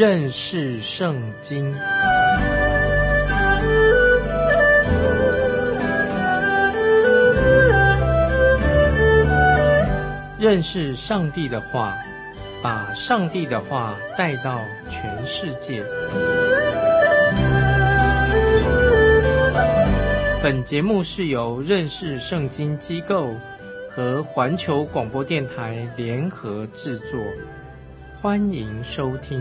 认识圣经。认识上帝的话，把上帝的话带到全世界。本节目是由认识圣经机构和环球广播电台联合制作，欢迎收听。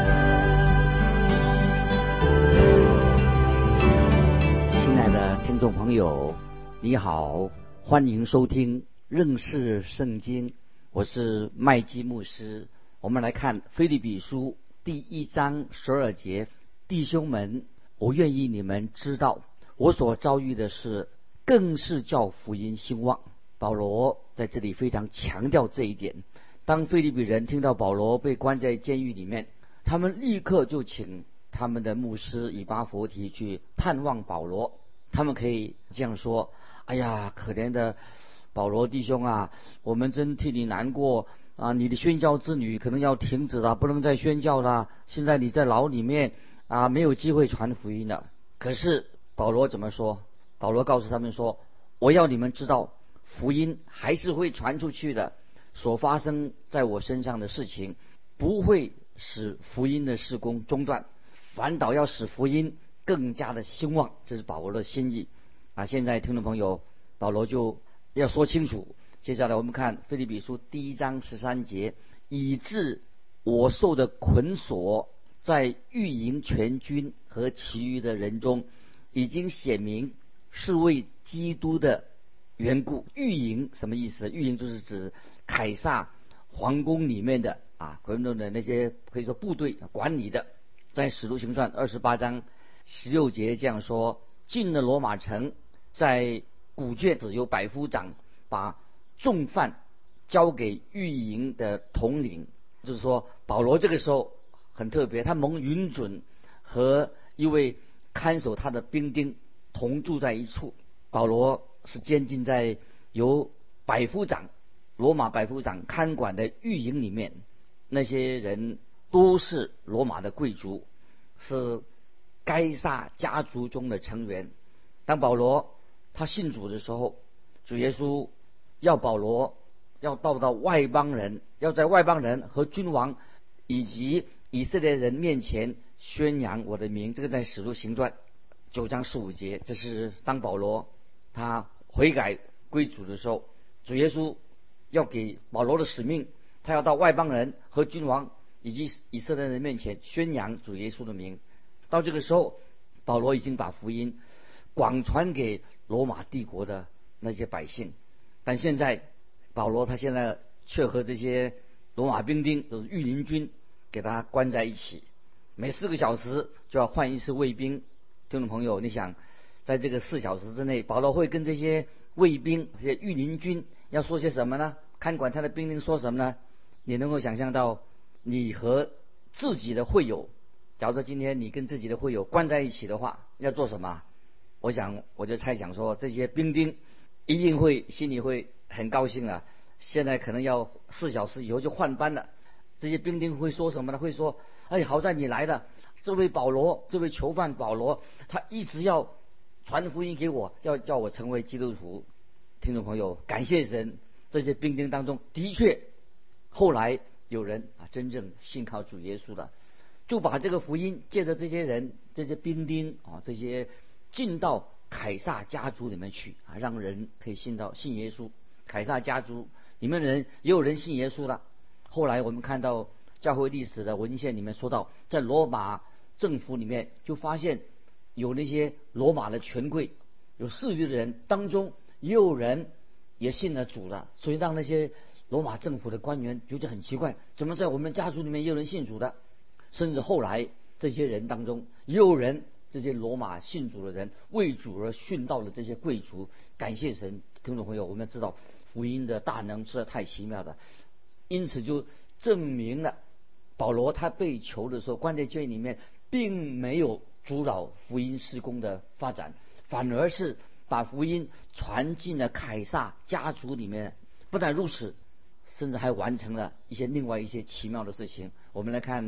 亲爱的听众朋友，你好，欢迎收听认识圣经，我是麦基牧师。我们来看腓立比书第1章12节，弟兄们，我愿意你们知道，我所遭遇的事，更是叫福音兴旺。保罗在这里非常强调这一点。当腓立比人听到保罗被关在监狱里面，他们立刻就请他们的牧师以巴弗提去探望保罗。他们可以这样说：哎呀，可怜的保罗弟兄啊，我们真替你难过啊！你的宣教之旅可能要停止了，不能再宣教了。现在你在牢里面啊，没有机会传福音了。可是保罗怎么说？保罗告诉他们说：我要你们知道，福音还是会传出去的。所发生在我身上的事情，不会使福音的事工中断，反倒要使福音更加的兴旺。这是保罗的心意啊！现在听众朋友，保罗就要说清楚。接下来我们看腓立比书第1章13节，以致我受的捆锁，在御营全军和其余的人中，已经显明是为基督的缘故。御营什么意思呢？御营就是指凯撒皇宫里面的国中的那些可以说部队管理的。在使徒行传28章16节这样说：进了罗马城，在古卷只有百夫长把重犯交给御营的统领。就是说保罗这个时候很特别，他蒙允准和一位看守他的兵丁同住在一处。保罗是监禁在由百夫长罗马百夫长看管的御营里面，那些人都是罗马的贵族，是该撒家族中的成员。当保罗他信主的时候，主耶稣要保罗要到外邦人，要在外邦人和君王以及以色列人面前宣扬我的名。这个在使徒行传9章15节。这是当保罗他悔改归主的时候，主耶稣要给保罗的使命，他要到外邦人和君王以及以色列人面前宣扬主耶稣的名。到这个时候，保罗已经把福音广传给罗马帝国的那些百姓。但现在保罗他现在却和这些罗马兵丁，都是御林军，给他关在一起，每4个小时就要换一次卫兵。听众朋友，你想在这个4小时之内，保罗会跟这些卫兵、这些御林军要说些什么呢？看管他的兵丁说什么呢？你能够想象到你和自己的会友，假如说今天你跟自己的会友关在一起的话，要做什么？我就猜想说，这些兵丁一定会心里会很高兴了。现在可能要4小时以后就换班了。这些兵丁会说什么呢？会说：哎，好在你来了，这位保罗，这位囚犯保罗，他一直要传福音给我，要叫我成为基督徒。听众朋友，感谢神，这些兵丁当中的确后来有人真正信靠主耶稣了，就把这个福音借着这些人，这些兵丁这些进到凯撒家族里面去让人可以信耶稣。凯撒家族里面的人也有人信耶稣了。后来我们看到教会历史的文献里面说到，在罗马政府里面就发现有那些罗马的权贵，有势力的人当中也有人也信了主了，所以让那些罗马政府的官员觉得很奇怪，怎么在我们家族里面也有人信主的？甚至后来这些人当中也有人，这些罗马信主的人为主而殉道的这些贵族。感谢神，听众朋友，我们要知道福音的大能实在太奇妙了。因此就证明了保罗他被囚的时候，关在监狱里面，并没有阻扰福音事工的发展，反而是把福音传进了凯撒家族里面。不但如此，甚至还完成了另外一些奇妙的事情。我们来看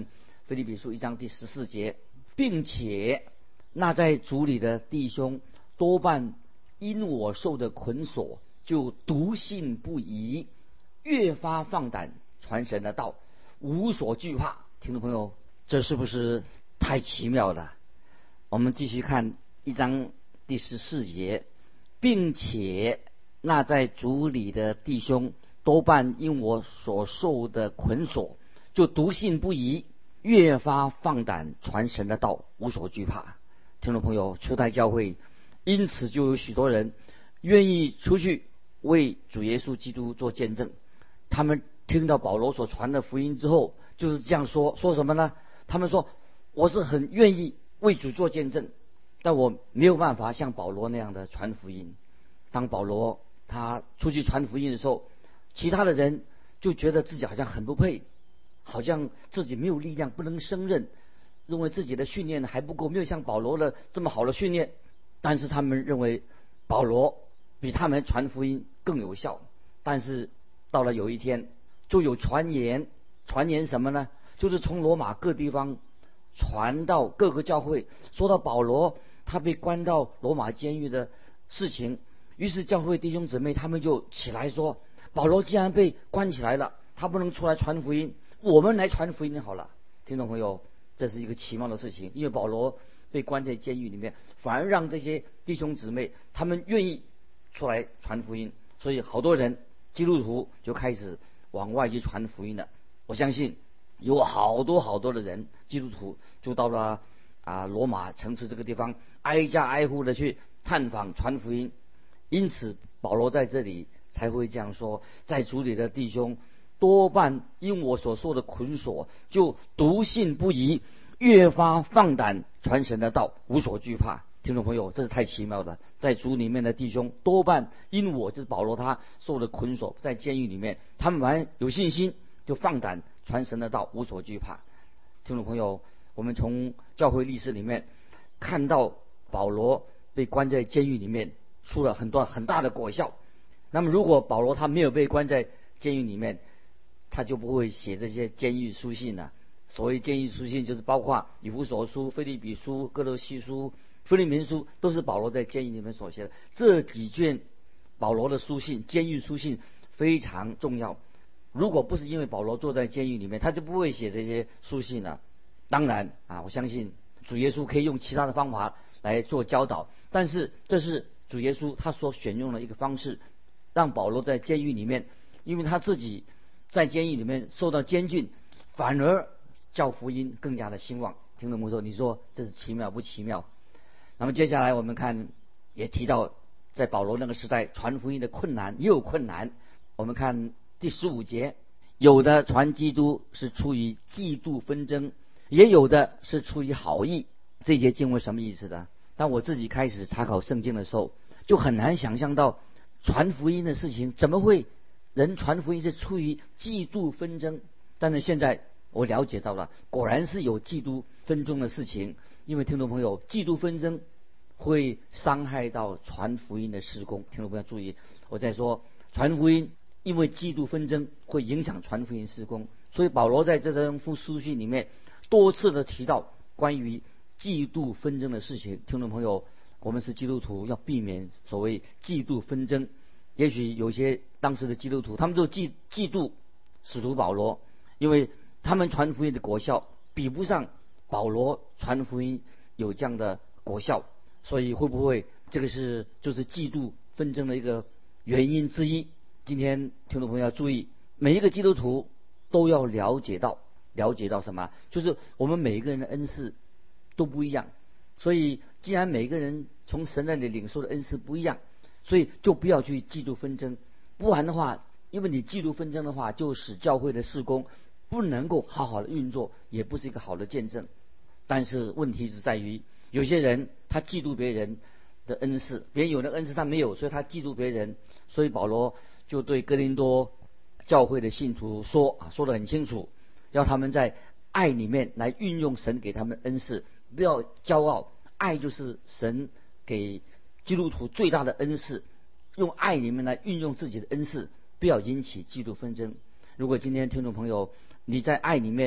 腓立比书1章第14节，并且那在主里的弟兄多半因我受的捆锁，就笃信不疑，越发放胆传神的道，无所惧怕。听众朋友，这是不是太奇妙了？我们继续看1章第14节，并且那在主里的弟兄多半因我所受的捆锁，就笃信不疑，越发放胆传神的道，无所惧怕。听众朋友，初代教会因此就有许多人愿意出去为主耶稣基督做见证。他们听到保罗所传的福音之后，就是这样说什么呢？他们说，我是很愿意为主做见证，但我没有办法像保罗那样的传福音。当保罗他出去传福音的时候，其他的人就觉得自己好像很不配，好像自己没有力量，不能胜任，认为自己的训练还不够，没有像保罗的这么好的训练。但是他们认为保罗比他们传福音更有效。但是到了有一天，就有传言什么呢？就是从罗马各地方传到各个教会，说到保罗他被关到罗马监狱的事情。于是教会弟兄姊妹他们就起来说，保罗既然被关起来了，他不能出来传福音，我们来传福音好了。听众朋友，这是一个奇妙的事情，因为保罗被关在监狱里面，反而让这些弟兄姊妹他们愿意出来传福音，所以好多人基督徒就开始往外去传福音了。我相信有好多的人基督徒就到了罗马城市这个地方，挨家挨户的去探访传福音。因此保罗在这里才会这样说，在主里的弟兄多半因我所受的捆锁，就笃信不疑，越发放胆传神的道，无所惧怕。听众朋友，这是太奇妙了。在主里面的弟兄多半因我，就是保罗他受的捆锁，在监狱里面，他们反而有信心，就放胆传神的道，无所惧怕。听众朋友，我们从教会历史里面看到保罗被关在监狱里面，出了很大的果效。那么如果保罗他没有被关在监狱里面，他就不会写这些监狱书信了。所谓监狱书信，就是包括以弗所书、腓立比书、哥罗西书、腓利门书，都是保罗在监狱里面所写的。这几卷保罗的书信，监狱书信非常重要。如果不是因为保罗坐在监狱里面，他就不会写这些书信了。当然我相信主耶稣可以用其他的方法来做教导，但是这是主耶稣他所选用的一个方式，让保罗在监狱里面，因为他自己在监狱里面受到监禁，反而叫福音更加的兴旺。听众朋友，你说这是奇妙不奇妙？那么接下来我们看，也提到在保罗那个时代传福音的困难，也有困难。我们看第15节，有的传基督是出于嫉妒纷争，也有的是出于好意。这节经文什么意思呢？当我自己开始查考圣经的时候，就很难想象到传福音的事情怎么会人传福音是出于嫉妒纷争。但是现在我了解到了，果然是有嫉妒纷争的事情。因为听众朋友，嫉妒纷争会伤害到传福音的事工。听众朋友注意，我在说传福音，因为嫉妒纷争会影响传福音事工。所以保罗在这封书信里面多次的提到关于嫉妒纷争的事情。听众朋友，我们是基督徒，要避免所谓嫉妒纷争。也许有些当时的基督徒，他们就嫉妒使徒保罗，因为他们传福音的果效比不上保罗传福音有这样的果效。所以会不会这个就是嫉妒纷争的一个原因之一？今天听众朋友要注意，每一个基督徒都要了解到什么？就是我们每一个人的恩赐都不一样。所以既然每个人从神那里领受的恩赐不一样，所以就不要去嫉妒纷争。不然的话，因为你嫉妒纷争的话，就使教会的事工不能够好好的运作，也不是一个好的见证。但是问题是在于，有些人他嫉妒别人的恩赐，别人有的恩赐他没有，所以他嫉妒别人。所以保罗就对哥林多教会的信徒说得很清楚，要他们在爱里面来运用神给他们的恩赐，不要骄傲。爱就是神给基督徒最大的恩赐，用爱里面来运用自己的恩赐，不要引起嫉妒纷争。如果今天听众朋友你在爱里面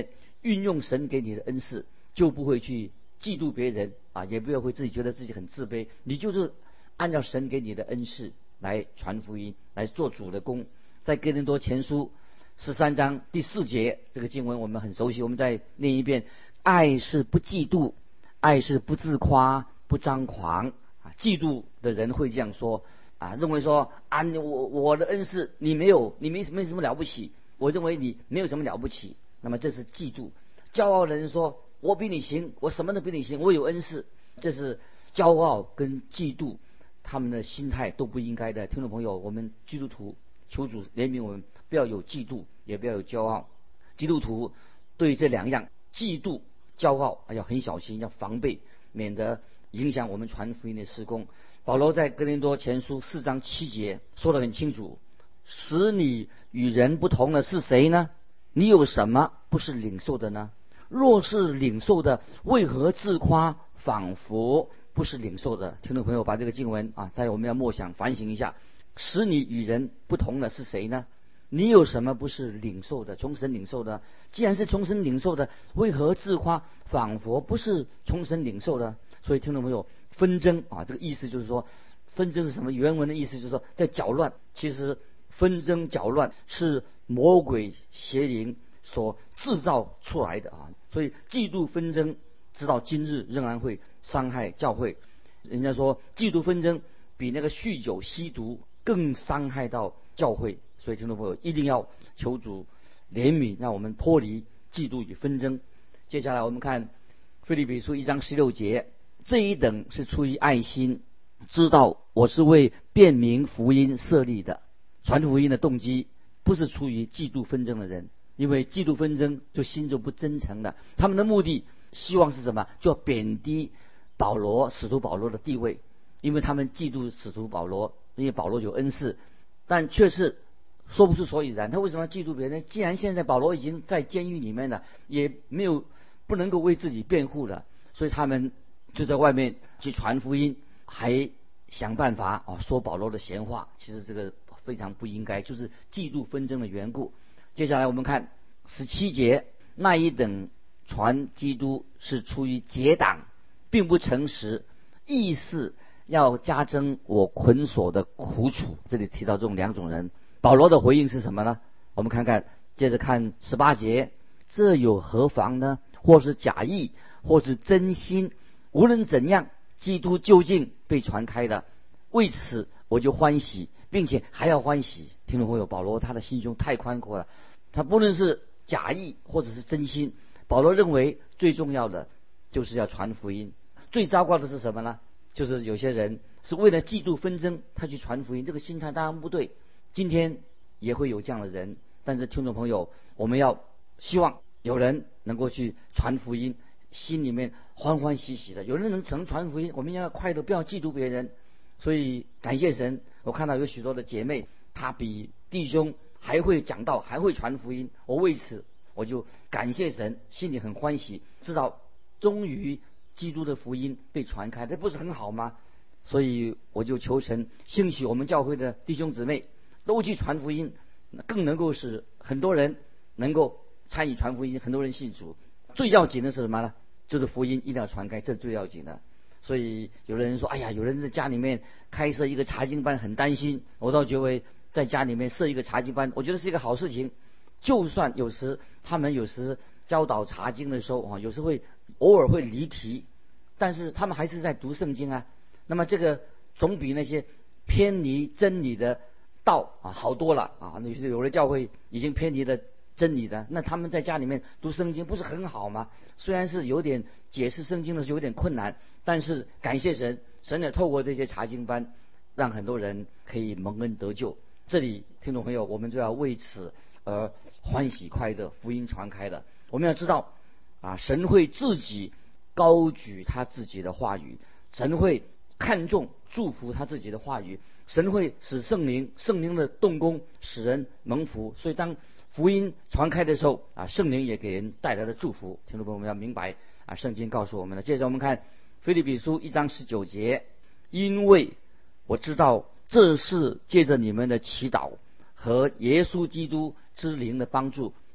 运用神给你的恩赐，就不会去嫉妒别人啊，也不要会自己觉得自己很自卑。你就是按照神给你的恩赐来传福音，来做主的工。在哥林多前书13章第4节，这个经文我们很熟悉，我们再念一遍：爱是不嫉妒，爱是不自夸，不张狂啊。嫉妒的人会这样说啊，认为说啊，我的恩赐你没有，你没什么了不起，我认为你没有什么了不起。那么这是嫉妒。骄傲的人说，我比你行，我什么都比你行，我有恩赐。这是骄傲跟嫉妒，他们的心态都不应该的。听众朋友，我们基督徒求主怜悯我们，不要有嫉妒，也不要有骄傲。基督徒对这两样嫉妒、骄傲要很小心，要防备，免得影响我们传福音的事工。保罗在哥林多前书4章7节说得很清楚：使你与人不同的是谁呢？你有什么不是领受的呢？若是领受的，为何自夸，仿佛不是领受的？听众朋友，把这个经文啊，在我们要默想反省一下。使你与人不同的是谁呢？你有什么不是领受的，从神领受的？既然是从神领受的，为何自夸，仿佛不是从神领受的？所以听众朋友，纷争啊，这个意思就是说，纷争是什么？原文的意思就是说，在搅乱。其实纷争搅乱是魔鬼邪灵所制造出来的啊。所以嫉妒纷争直到今日仍然会伤害教会。人家说嫉妒纷争比那个酗酒吸毒更伤害到教会。所以听众朋友一定要求主怜悯，让我们脱离嫉妒与纷争。接下来我们看腓立比书1章16节，这一等是出于爱心，知道我是为辨明福音设立的。传福音的动机不是出于嫉妒纷争的人，因为嫉妒纷争就心就不真诚的。他们的目的希望是什么？就要贬低使徒保罗的地位，因为他们嫉妒使徒保罗，因为保罗有恩赐，但却是说不出所以然。他为什么要嫉妒别人？既然现在保罗已经在监狱里面了，也不能够为自己辩护了，所以他们就在外面去传福音，还想办法说保罗的闲话。其实这个非常不应该，就是嫉妒纷争的缘故。接下来我们看17节，那一等传基督是出于结党，并不诚实，意思要加增我捆锁的苦楚。这里提到这种两种人，保罗的回应是什么呢？我们接着看18节，这有何妨呢？或是假意，或是真心，无论怎样，基督究竟被传开了，为此我就欢喜，并且还要欢喜。听众朋友，保罗他的心胸太宽阔了，他不论是假意或者是真心，保罗认为最重要的就是要传福音。最糟糕的是什么呢？就是有些人是为了嫉妒纷争，他去传福音，这个心态当然不对。今天也会有这样的人，但是听众朋友，我们要希望有人能够去传福音，心里面欢欢喜喜的。有人能传福音，我们要快乐，不要嫉妒别人。所以感谢神，我看到有许多的姐妹，她比弟兄还会讲道，还会传福音。我为此我就感谢神，心里很欢喜，知道终于基督的福音被传开，这不是很好吗？所以我就求神兴起我们教会的弟兄姊妹都去传福音，更能够使很多人能够参与传福音，很多人信主。最要紧的是什么呢？就是福音一定要传开，这是最要紧的。所以有的人说，哎呀，有人在家里面开设一个查经班，很担心。我倒觉得在家里面设一个查经班，我觉得是一个好事情。就算他们有时教导查经的时候有时偶尔会离题，但是他们还是在读圣经啊。那么这个总比那些偏离真理的道好多了啊。那有的教会已经偏离了真理的，那他们在家里面读圣经不是很好吗？虽然是有点解释圣经的是有点困难，但是感谢神，神也透过这些查经班让很多人可以蒙恩得救。这里听众朋友，我们就要为此而欢喜快乐，福音传开了。我们要知道神会自己高举他自己的话语，神会看重祝福他自己的话语，神会使圣灵的动工使人蒙福。所以当福音传开的时候圣灵也给人带来了祝福。听众朋友们要明白圣经告诉我们的。接着我们看腓立比书1章19节，因为我知道这是借着你们的祈祷和耶稣基督之灵的帮助，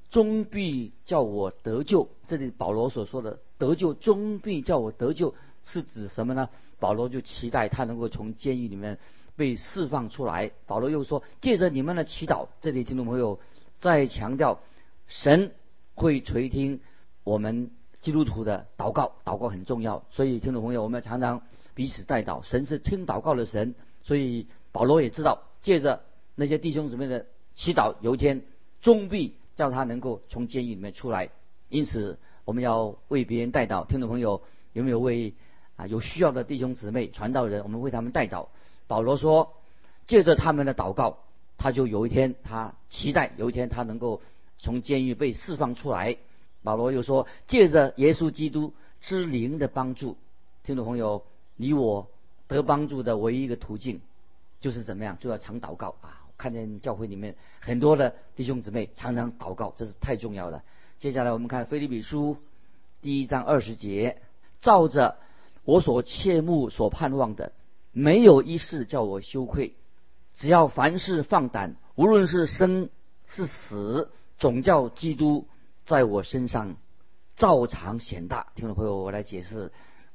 终必叫我得救。这里保罗所说的得救，终必叫我得救，是指什么呢？保罗就期待他能够从监狱里面被释放出来。保罗又说，借着你们的祈祷，这里听众朋友再强调，神会垂听我们基督徒的祷告，祷告很重要。所以听众朋友，我们要常常彼此代祷，神是听祷告的神。所以保罗也知道，借着那些弟兄姊妹的祈祷，有一天终必叫他能够从监狱里面出来。因此我们要为别人代祷。听众朋友有没有为有需要的弟兄姊妹传道人，我们为他们代祷？保罗说，借着他们的祷告，他就有一天，他期待有一天他能够从监狱被释放出来。保罗又说，借着耶稣基督之灵的帮助。听众朋友，你我得帮助的唯一一个途径就是怎么样？就要常祷告啊！看见教会里面很多的弟兄姊妹常常祷告，这是太重要了。接下来我们看腓立比书第1章20节，照着我所切慕所盼望的，没有一事叫我羞愧。只要凡事放胆，无论是生是死，总叫基督在我身上照常显大。听众朋友，我来解释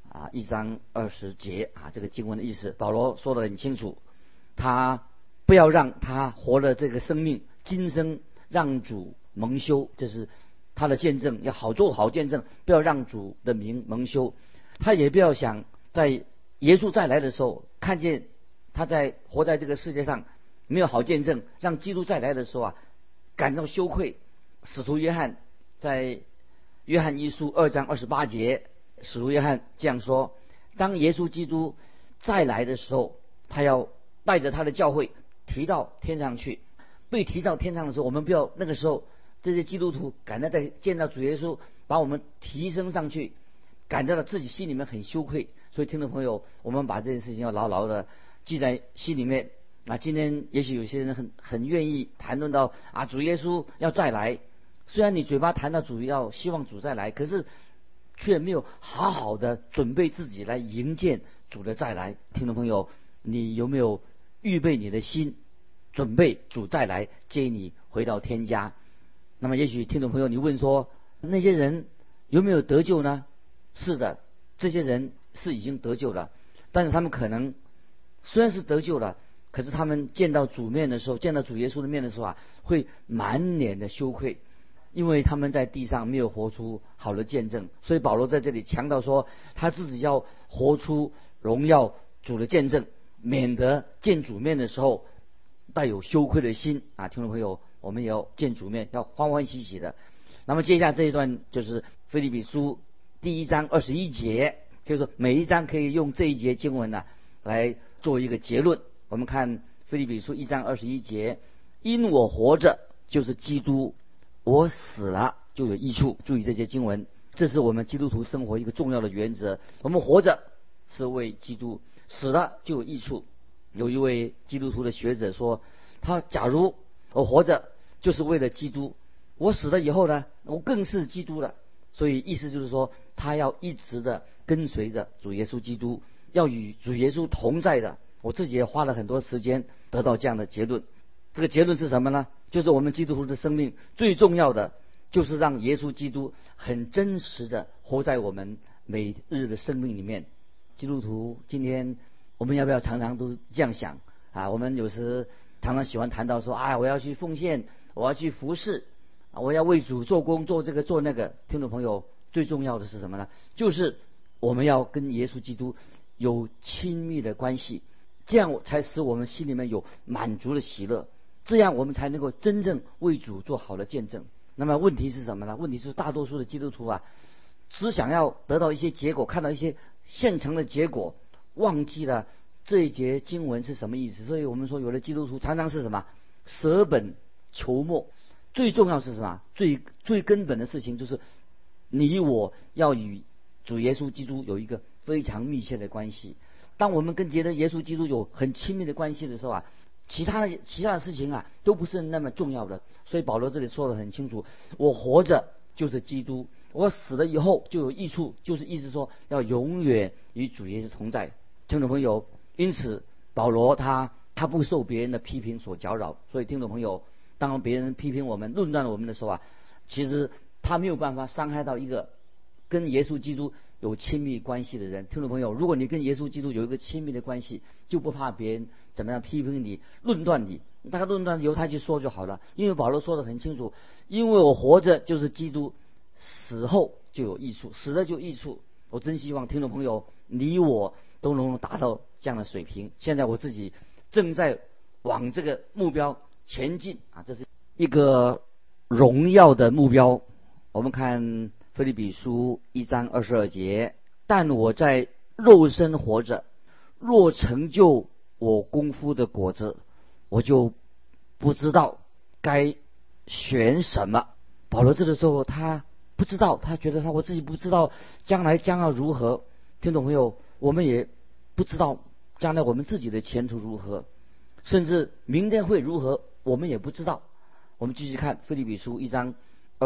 1章20节这个经文的意思。保罗说得很清楚，他不要让他活的这个生命今生让主蒙羞，这是他的见证，要好做好见证，不要让主的名蒙羞。他也不要想在耶稣再来的时候，看见他在活在这个世界上没有好见证，让基督再来的时候感到羞愧。使徒约翰在约翰一书2章28节，使徒约翰这样说，当耶稣基督再来的时候，他要带着他的教会提到天上去。被提到天上的时候，我们不要那个时候这些基督徒感到在见到主耶稣把我们提升上去，感到了自己心里面很羞愧。所以听众朋友，我们把这件事情要牢牢的记在心里面。今天也许有些人很愿意谈论到主耶稣要再来，虽然你嘴巴谈到主要希望主再来，可是却没有好好的准备自己来迎接主的再来。听众朋友，你有没有预备你的心，准备主再来接你回到天家？那么也许听众朋友你问说，那些人有没有得救呢？是的，这些人是已经得救了，但是他们可能虽然是得救了，可是他们见到主面的时候，见到主耶稣的面的时候会满脸的羞愧，因为他们在地上没有活出好的见证。所以保罗在这里强调说，他自己要活出荣耀主的见证，免得见主面的时候带有羞愧的心听众朋友，我们也要见主面要欢欢喜喜的。那么接下来这一段就是腓立比书第1章21节，就是说每一章可以用这一节经文来做一个结论。我们看腓立比书1章21节，因我活着就是基督，我死了就有益处。注意这些经文，这是我们基督徒生活一个重要的原则。我们活着是为基督，死了就有益处。有一位基督徒的学者说，他假如我活着就是为了基督，我死了以后呢，我更是基督了。所以意思就是说，他要一直的跟随着主耶稣基督，要与主耶稣同在的。我自己也花了很多时间得到这样的结论。这个结论是什么呢？就是我们基督徒的生命最重要的就是让耶稣基督很真实的活在我们每日的生命里面。基督徒今天我们要不要常常都这样想我们有时常常喜欢谈到说我要去奉献，我要去服侍我要为主做工，做这个做那个。听众朋友，最重要的是什么呢？就是我们要跟耶稣基督有亲密的关系，这样才使我们心里面有满足的喜乐，这样我们才能够真正为主做好的见证。那么问题是什么呢？问题是大多数的基督徒只想要得到一些结果，看到一些现成的结果，忘记了这一节经文是什么意思。所以我们说，有的基督徒常常是什么？舍本求末。最重要是什么？最根本的事情就是你我要与主耶稣基督有一个非常密切的关系。当我们跟耶稣基督有很亲密的关系的时候其他的事情都不是那么重要的。所以保罗这里说得很清楚，我活着就是基督，我死了以后就有益处，就是意思说要永远与主耶稣同在。听众朋友，因此保罗他不受别人的批评所搅扰。所以听众朋友，当别人批评我们论断我们的时候其实他没有办法伤害到一个跟耶稣基督有亲密关系的人。听众朋友，如果你跟耶稣基督有一个亲密的关系，就不怕别人怎么样批评你、论断你，大家论断由他去说就好了。因为保罗说得很清楚，因为我活着就是基督，死后就有益处，死了就益处。我真希望听众朋友你我都能达到这样的水平。现在我自己正在往这个目标前进啊，这是一个荣耀的目标。我们看腓立比书1章22节，但我在肉身活着，若成就我功夫的果子，我就不知道该选什么。保罗这个时候他不知道，他觉得我自己不知道将来将要如何。听众朋友，我们也不知道将来我们自己的前途如何，甚至明天会如何，我们也不知道。我们继续看腓立比书1章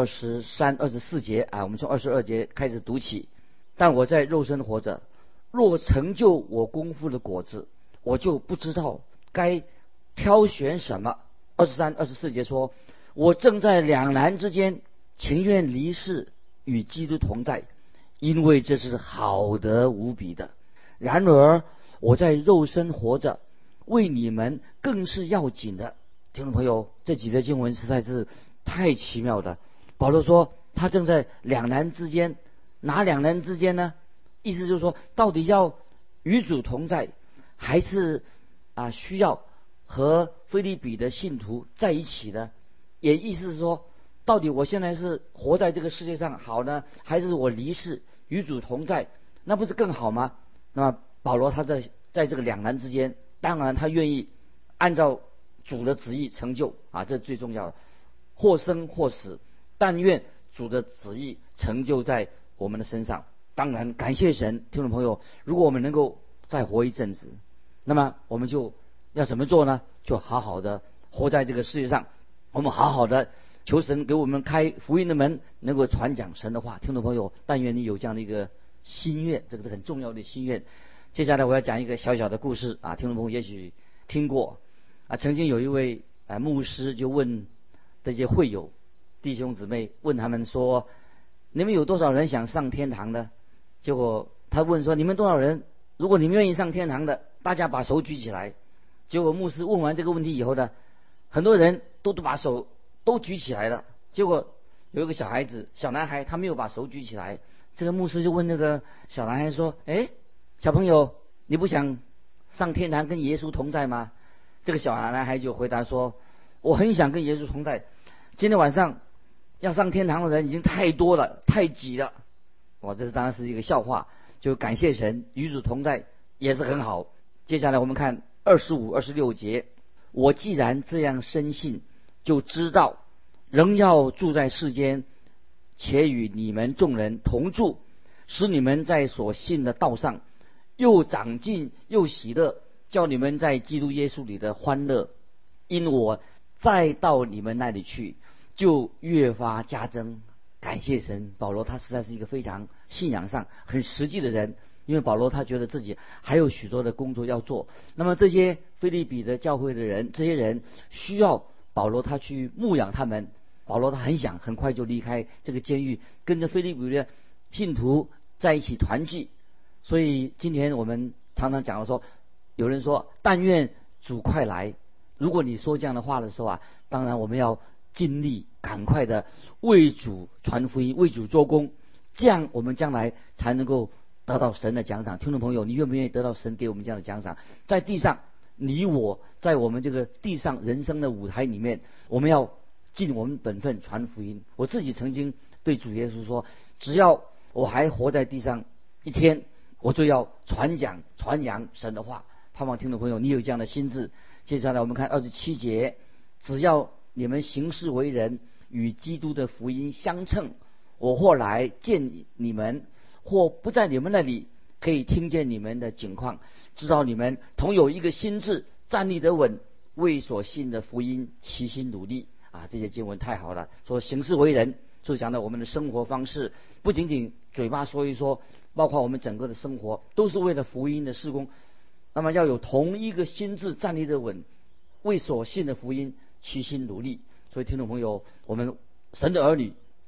23、24节啊，我们从22节开始读起。但我在肉身活着，若成就我功夫的果子，我就不知道该挑选什么。23、24节说，我正在两难之间，情愿离世与基督同在，因为这是好得无比的。然而我在肉身活着，为你们更是要紧的。听众朋友，这几节经文实在是太奇妙了。保罗说他正在两难之间，哪两难之间呢？意思就是说，到底要与主同在，还是需要和腓立比的信徒在一起的？也意思是说，到底我现在是活在这个世界上好呢，还是我离世与主同在，那不是更好吗？那么保罗他在这个两难之间，当然他愿意按照主的旨意成就啊，这是最重要的，或生或死，但愿主的旨意成就在我们的身上。当然感谢神，听众朋友，如果我们能够再活一阵子，那么我们就要怎么做呢？就好好的活在这个世界上，我们好好的求神给我们开福音的门，能够传讲神的话。听众朋友，但愿你有这样的一个心愿，这个是很重要的心愿。接下来我要讲一个小小的故事啊，听众朋友也许听过啊。曾经有一位牧师就问这些会友弟兄姊妹，问他们说，你们有多少人想上天堂呢？结果他问说，你们多少人？如果你们愿意上天堂的，大家把手举起来。结果牧师问完这个问题以后呢，很多人都把手都举起来了。结果有一个小男孩，他没有把手举起来。这个牧师就问那个小男孩说，小朋友，你不想上天堂跟耶稣同在吗？这个小男孩就回答说，我很想跟耶稣同在，今天晚上要上天堂的人已经太多了，太挤了。这当然是一个笑话，就感谢神与主同在也是很好。接下来我们看25、26节，我既然这样深信，就知道仍要住在世间，且与你们众人同住，使你们在所信的道上又长进又喜乐，叫你们在基督耶稣里的欢乐，因我再到你们那里去，就越发加增。感谢神，保罗他实在是一个非常信仰上很实际的人，因为保罗他觉得自己还有许多的工作要做。那么这些腓立比的教会的人，这些人需要保罗他去牧养他们。保罗他很想很快就离开这个监狱，跟着腓立比的信徒在一起团聚。所以今天我们常常讲说，有人说但愿主快来。如果你说这样的话的时候当然我们要尽力赶快的为主传福音，为主做工，这样我们将来才能够得到神的奖赏。听众朋友，你愿不愿意得到神给我们这样的奖赏？在地上，你我在我们这个地上人生的舞台里面，我们要尽我们本分传福音。我自己曾经对主耶稣说，只要我还活在地上一天，我就要传扬神的话。盼望听众朋友你有这样的心志。接下来我们看27节，只要你们行事为人与基督的福音相称，我或来见你们，或不在你们那里，可以听见你们的景况，知道你们同有一个心志，站立得稳，为所信的福音齐心努力这些经文太好了。说行事为人，就讲到我们的生活方式，不仅仅嘴巴说一说，包括我们整个的生活都是为了福音的事工。那么要有同一个心志，站立得稳，为所信的福音齐心努力。所以听众朋友，我们神的儿女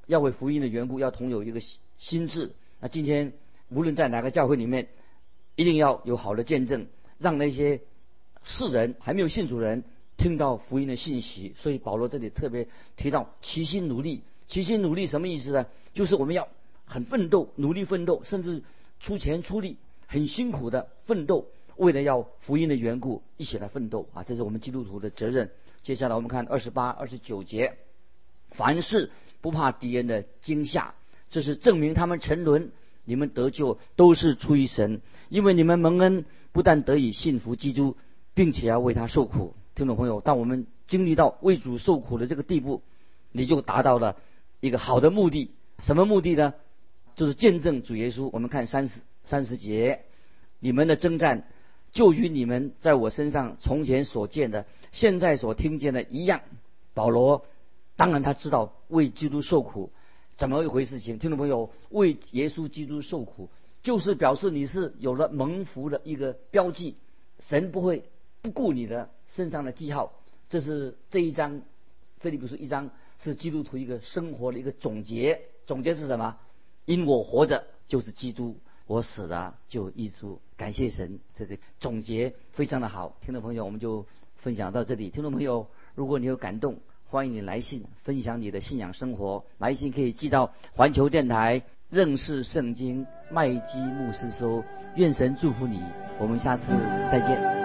要为福音的缘故，要同有一个心志。那今天无论在哪个教会里面，一定要有好的见证，让那些世人还没有信主的人听到福音的信息。所以保罗这里特别提到齐心努力。齐心努力什么意思呢？就是我们要很奋斗，努力奋斗，甚至出钱出力，很辛苦的奋斗，为了要福音的缘故，一起来奋斗啊！这是我们基督徒的责任。接下来我们看28、29节，凡事不怕敌人的惊吓，这是证明他们沉沦，你们得救都是出于神，因为你们蒙恩，不但得以信服基督，并且要为他受苦。听众朋友，当我们经历到为主受苦的这个地步，你就达到了一个好的目的。什么目的呢？就是见证主耶稣。我们看30节，你们的征战就与你们在我身上从前所见的，现在所听见的一样。保罗当然他知道为基督受苦怎么一回事情。听众朋友，为耶稣基督受苦，就是表示你是有了蒙福的一个标记，神不会不顾你的身上的记号。这是这一章腓立比书1章是基督徒一个生活的一个总结。总结是什么？因我活着就是基督，我死了就益处。感谢神，这个总结非常的好。听众朋友，我们就分享到这里。听众朋友，如果你有感动，欢迎你来信分享你的信仰生活。来信可以寄到环球电台认识圣经麦基牧师收。愿神祝福你，我们下次再见。